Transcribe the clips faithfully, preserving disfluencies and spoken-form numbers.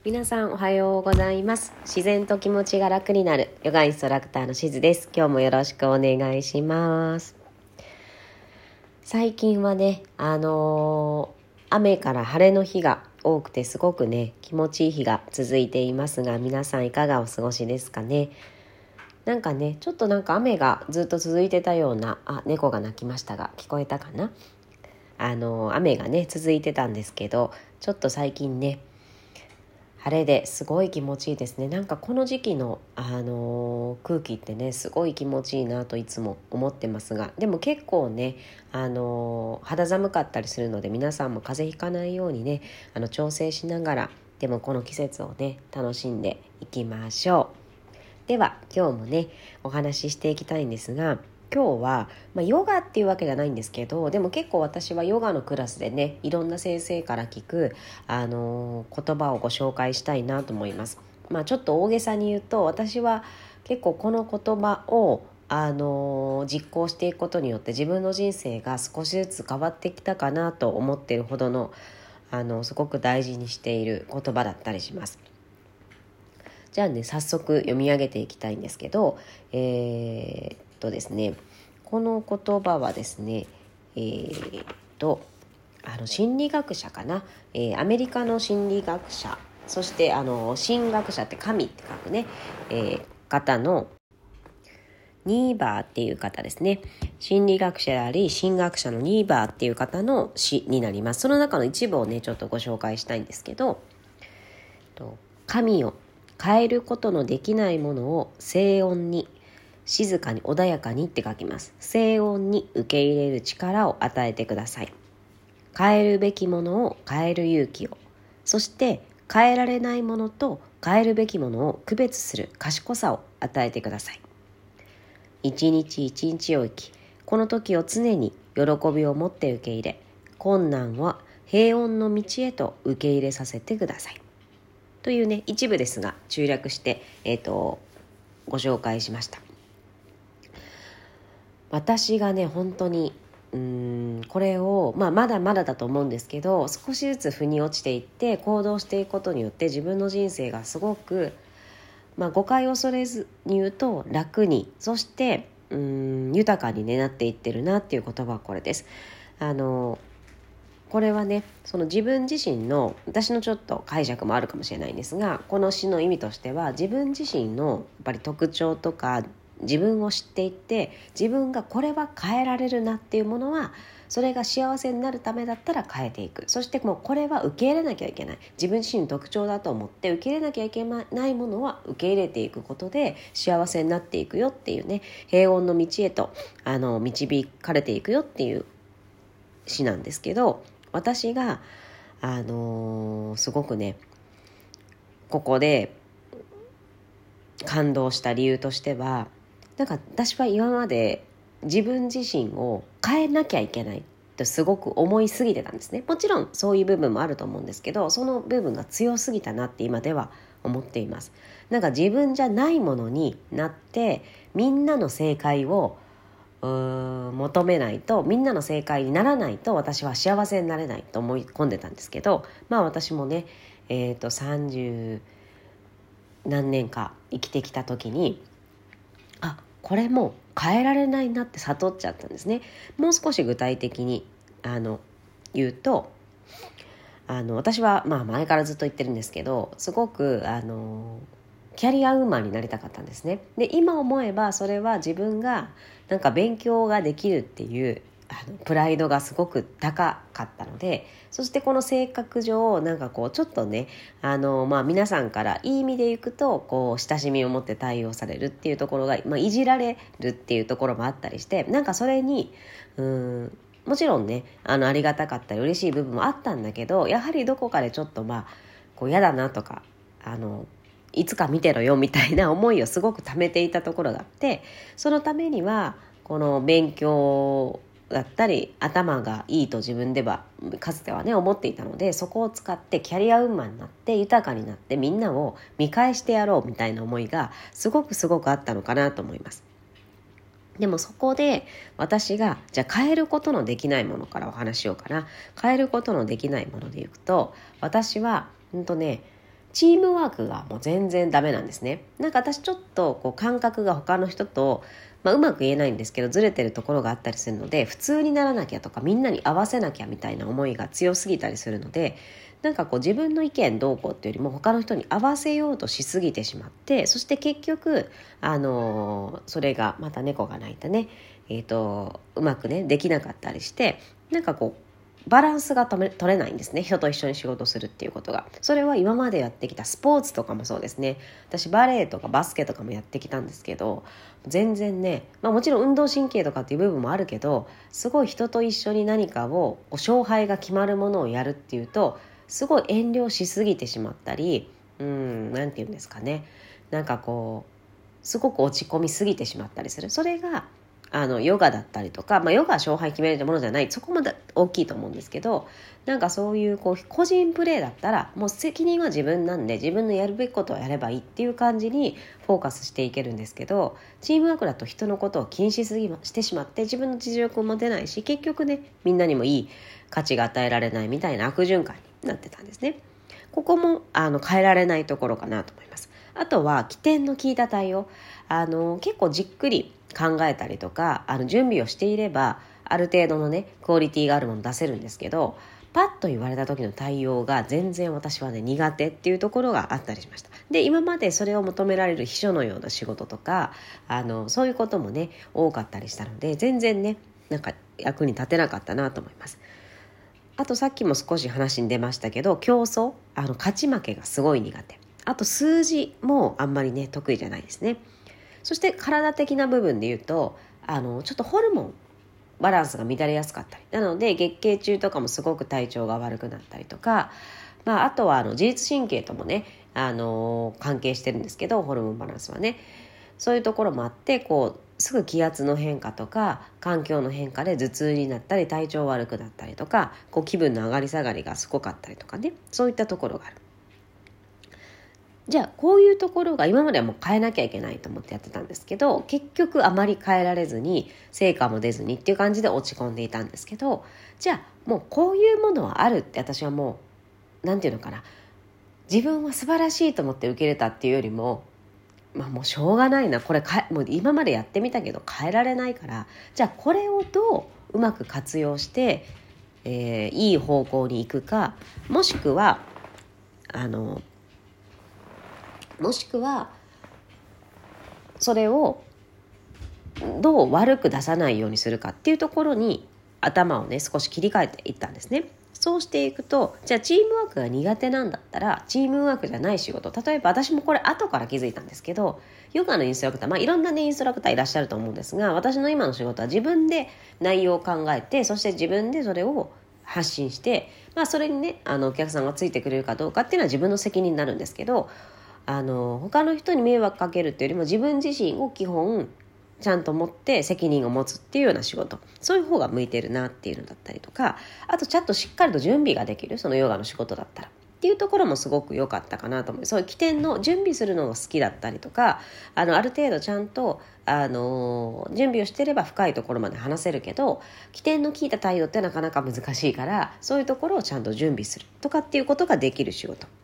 皆さんおはようございます。自然と気持ちが楽になるヨガインストラクターのしずです。今日もよろしくお願いします。最近はね、あのー、雨から晴れの日が多くてすごくね気持ちいい日が続いていますが、皆さんいかがお過ごしですかね。なんかねちょっとなんか雨がずっと続いてたような、あ、猫が鳴きましたが聞こえたかな。あのー、雨がね続いてたんですけど、ちょっと最近ね晴れですごい気持ちいいですね。なんかこの時期の、あのー空気ってねすごい気持ちいいなといつも思ってますが、でも結構ね、あのー肌寒かったりするので、皆さんも風邪ひかないようにねあの調整しながら、でもこの季節をね楽しんでいきましょう。では今日もねお話ししていきたいんですが、今日は、まあ、ヨガっていうわけじゃないんですけど、でも結構私はヨガのクラスでねいろんな先生から聞く、あのー言葉をご紹介したいなと思います。まあ、ちょっと大げさに言うと、私は結構この言葉を、あのー実行していくことによって自分の人生が少しずつ変わってきたかなと思っているほどの、あのすごく大事にしている言葉だったりします。じゃあね早速読み上げていきたいんですけど、えー、っとですねこの言葉はですね、えー、っとあの心理学者かな、えー、アメリカの心理学者、そしてあの神学者って神って書くね、えー、方のニーバーっていう方ですね。心理学者であり神学者のニーバーっていう方の詩になります。その中の一部をねちょっとご紹介したいんですけど、神を変えることのできないものを静音に、静かに穏やかにって書きます。静音に受け入れる力を与えてください。変えるべきものを変える勇気を、そして変えられないものと変えるべきものを区別する賢さを与えてください。一日一日を生き、この時を常に喜びを持って受け入れ、困難は平穏の道へと受け入れさせてください。というね一部ですが中略して、えーと、ご紹介しました。私がね本当にうーんこれを、まあ、まだまだだと思うんですけど、少しずつ腑に落ちていって行動していくことによって自分の人生がすごく、まあ、誤解を恐れずに言うと楽に、そしてうーん豊かに、ね、なっていってるなっていう言葉はこれです。あのこれはねその自分自身の、私のちょっと解釈もあるかもしれないんですが、この詩の意味としては自分自身のやっぱり特徴とか自分を知っていって、自分がこれは変えられるなっていうものは、それが幸せになるためだったら変えていく。そしてもうこれは受け入れなきゃいけない、自分自身の特徴だと思って受け入れなきゃいけないものは受け入れていくことで幸せになっていくよっていうね、平穏の道へとあの導かれていくよっていう詩なんですけど、私があのー、すごくねここで感動した理由としては、なんか私は今まで自分自身を変えなきゃいけないとすごく思いすぎてたんですね。もちろんそういう部分もあると思うんですけど、その部分が強すぎたなって今では思っています。なんか自分じゃないものになって、みんなの正解をうーん求めないと、みんなの正解にならないと私は幸せになれないと思い込んでたんですけど、まあ私もね、えー、とさんじゅう何年か生きてきた時に、あ、これもう変えられないなって悟っちゃったんですね。もう少し具体的にあの言うと、あの私はまあ前からずっと言ってるんですけど、すごくあのキャリアウーマンになりたかったんですね。で今思えばそれは自分がなんか勉強ができるっていうあのプライドがすごく高かったので、そしてこの性格上なんかこうちょっとねあの、まあ、皆さんからいい意味でいくとこう親しみを持って対応されるっていうところが、まあ、いじられるっていうところもあったりして、なんかそれにうーんもちろんね あのありがたかったり嬉しい部分もあったんだけど、やはりどこかでちょっとまあこう嫌だなとか、あのいつか見てろよみたいな思いをすごく溜めていたところがあって、そのためにはこの勉強だったり頭がいいと自分ではかつてはね思っていたので、そこを使ってキャリアウーマンになって豊かになってみんなを見返してやろうみたいな思いがすごくすごくあったのかなと思います。でもそこで私がじゃあ変えることのできないものからお話しようかな。変えることのできないものでいくと、私はほんとねチームワークがもう全然ダメなんですね。なんか私ちょっとこう感覚が他の人と、まあ、うまく言えないんですけどずれてるところがあったりするので、普通にならなきゃとかみんなに合わせなきゃみたいな思いが強すぎたりするので、なんかこう自分の意見どうこうっていうよりも他の人に合わせようとしすぎてしまって、そして結局あのーそれがまた猫が鳴いたね、えーとうまくねできなかったりして、なんかこうバランスが取れ取れないんですね、人と一緒に仕事するっていうことが。それは今までやってきたスポーツとかもそうですね。私バレエとかバスケとかもやってきたんですけど、全然ね、まあ、もちろん運動神経とかっていう部分もあるけど、すごい人と一緒に何かをこう勝敗が決まるものをやるっていうとすごい遠慮しすぎてしまったり、うーんなんていうんですかね、なんかこうすごく落ち込みすぎてしまったりする。それがあのヨガだったりとか、まあ、ヨガは勝敗決めるものじゃない、そこまで大きいと思うんですけど、なんかそういうこう個人プレーだったらもう責任は自分なんで自分のやるべきことをやればいいっていう感じにフォーカスしていけるんですけど、チームワークだと人のことを気にしすぎしてしまって自分の実力も出ないし、結局ねみんなにもいい価値が与えられないみたいな悪循環になってたんですね。ここもあの変えられないところかなと思います。あとは起点の効いた対応、あの結構じっくり考えたりとかあの準備をしていればある程度のねクオリティがあるもの出せるんですけど、パッと言われた時の対応が全然私はね苦手っていうところがあったりしました。で今までそれを求められる秘書のような仕事とかあのそういうこともね多かったりしたので、全然ねなんか役に立てなかったなと思います。あとさっきも少し話に出ましたけど、競争、あの勝ち負けがすごい苦手。あと数字もあんまりね得意じゃないですね。そして体的な部分で言うと、あのちょっとホルモンバランスが乱れやすかったり、なので月経中とかもすごく体調が悪くなったりとか、まあ、あとはあの自律神経ともねあの関係してるんですけど、ホルモンバランスはねそういうところもあって、こうすぐ気圧の変化とか環境の変化で頭痛になったり体調悪くなったりとか、こう気分の上がり下がりがすごかったりとかね、そういったところがある。じゃあこういうところが今まではもう変えなきゃいけないと思ってやってたんですけど、結局あまり変えられずに成果も出ずにっていう感じで落ち込んでいたんですけど、じゃあもうこういうものはあるって、私はもうなんていうのかな、自分は素晴らしいと思って受け入れたっていうよりも、まあ、もうしょうがないな、これかもう今までやってみたけど変えられないから、じゃあこれをどううまく活用して、えー、いい方向に行くか、もしくはあのもしくはそれをどう悪く出さないようにするかっていうところに頭をね少し切り替えていったんですね。そうしていくと、じゃあチームワークが苦手なんだったらチームワークじゃない仕事、例えば私もこれ後から気づいたんですけど、ヨガのインストラクター、まあ、いろんな、ね、インストラクターいらっしゃると思うんですが、私の今の仕事は自分で内容を考えて、そして自分でそれを発信して、まあ、それにねあのお客さんがついてくれるかどうかっていうのは自分の責任になるんですけど、あの他の人に迷惑かけるっていうよりも自分自身を基本ちゃんと持って責任を持つっていうような仕事、そういう方が向いてるなっていうのだったりとか、あとちゃんとしっかりと準備ができる、そのヨガの仕事だったらっていうところもすごく良かったかなと思う。そういう起点の準備するのが好きだったりとか、あのある程度ちゃんとあの準備をしてれば深いところまで話せるけど、起点の効いた対応ってなかなか難しいから、そういうところをちゃんと準備するとかっていうことができる仕事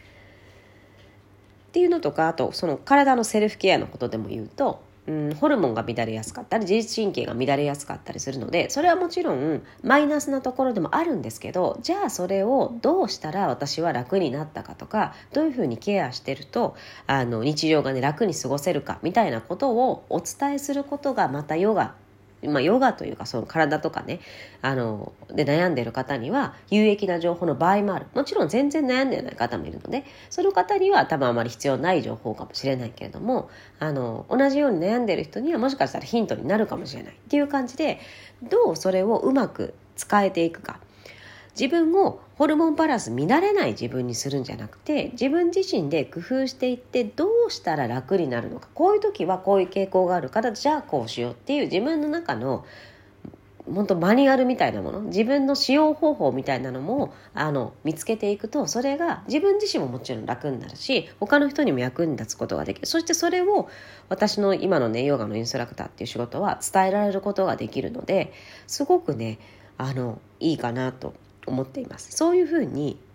っていうのとか、あとその体のセルフケアのことでも言うと、うん、ホルモンが乱れやすかったり自律神経が乱れやすかったりするので、それはもちろんマイナスなところでもあるんですけど、じゃあそれをどうしたら私は楽になったかとか、どういうふうにケアしてるとあの日常がね楽に過ごせるかみたいなことをお伝えすることが、またヨガまあ、ヨガというかその体とかねあので悩んでいる方には有益な情報の場合もある。もちろん全然悩んでない方もいるので、その方には多分あまり必要ない情報かもしれないけれども、あの同じように悩んでいる人にはもしかしたらヒントになるかもしれないっていう感じで、どうそれをうまく使えていくか、自分をホルモンバランス乱れない自分にするんじゃなくて、自分自身で工夫していってどうしたら楽になるのか、こういう時はこういう傾向があるからじゃあこうしようっていう自分の中の本当マニュアルみたいなもの、自分の使用方法みたいなのもあの見つけていくと、それが自分自身ももちろん楽になるし、他の人にも役に立つことができる。そしてそれを私の今のねヨガのインストラクターっていう仕事は伝えられることができるので、すごくねあのいいかなと思っています。そういうふうに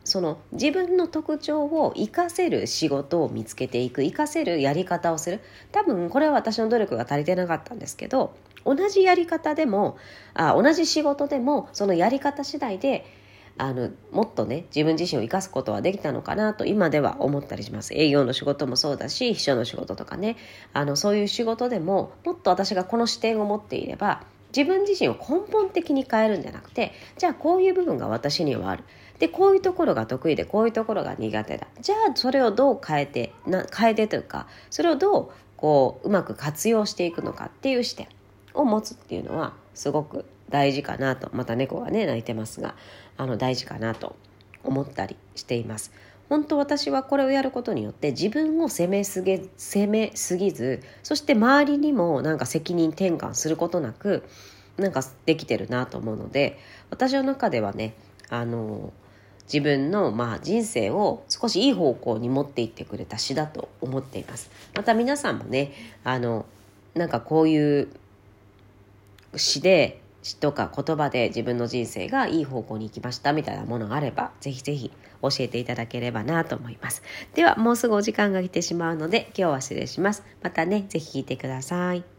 その自分の特徴を活かせる仕事を見つけていく、活かせるやり方をする。多分これは私の努力が足りてなかったんですけど、同じやり方でもあ同じ仕事でもそのやり方次第であのもっとね自分自身を生かすことはできたのかなと今では思ったりします。営業の仕事もそうだし、秘書の仕事とかね、あのそういう仕事でももっと私がこの視点を持っていれば、自分自身を根本的に変えるんじゃなくて、じゃあこういう部分が私にはある、でこういうところが得意でこういうところが苦手だ、じゃあそれをどう変えてな変えてというか、それをどうこううまく活用していくのかっていう視点を持つっていうのはすごく大事かなと、また猫がね鳴いてますが、あの大事かなと思ったりしています。本当私はこれをやることによって自分を責めすぎ、責めすぎず、そして周りにもなんか責任転換することなくなんかできてるなと思うので、私の中ではね、あの自分のまあ人生を少しいい方向に持っていってくれた詩だと思っています。また皆さんもね、あのなんかこういう詩で詩とか言葉で自分の人生がいい方向に行きましたみたいなものがあれば、ぜひぜひ教えていただければなと思います。ではもうすぐお時間が来てしまうので今日は失礼します。またねぜひ聞いてください。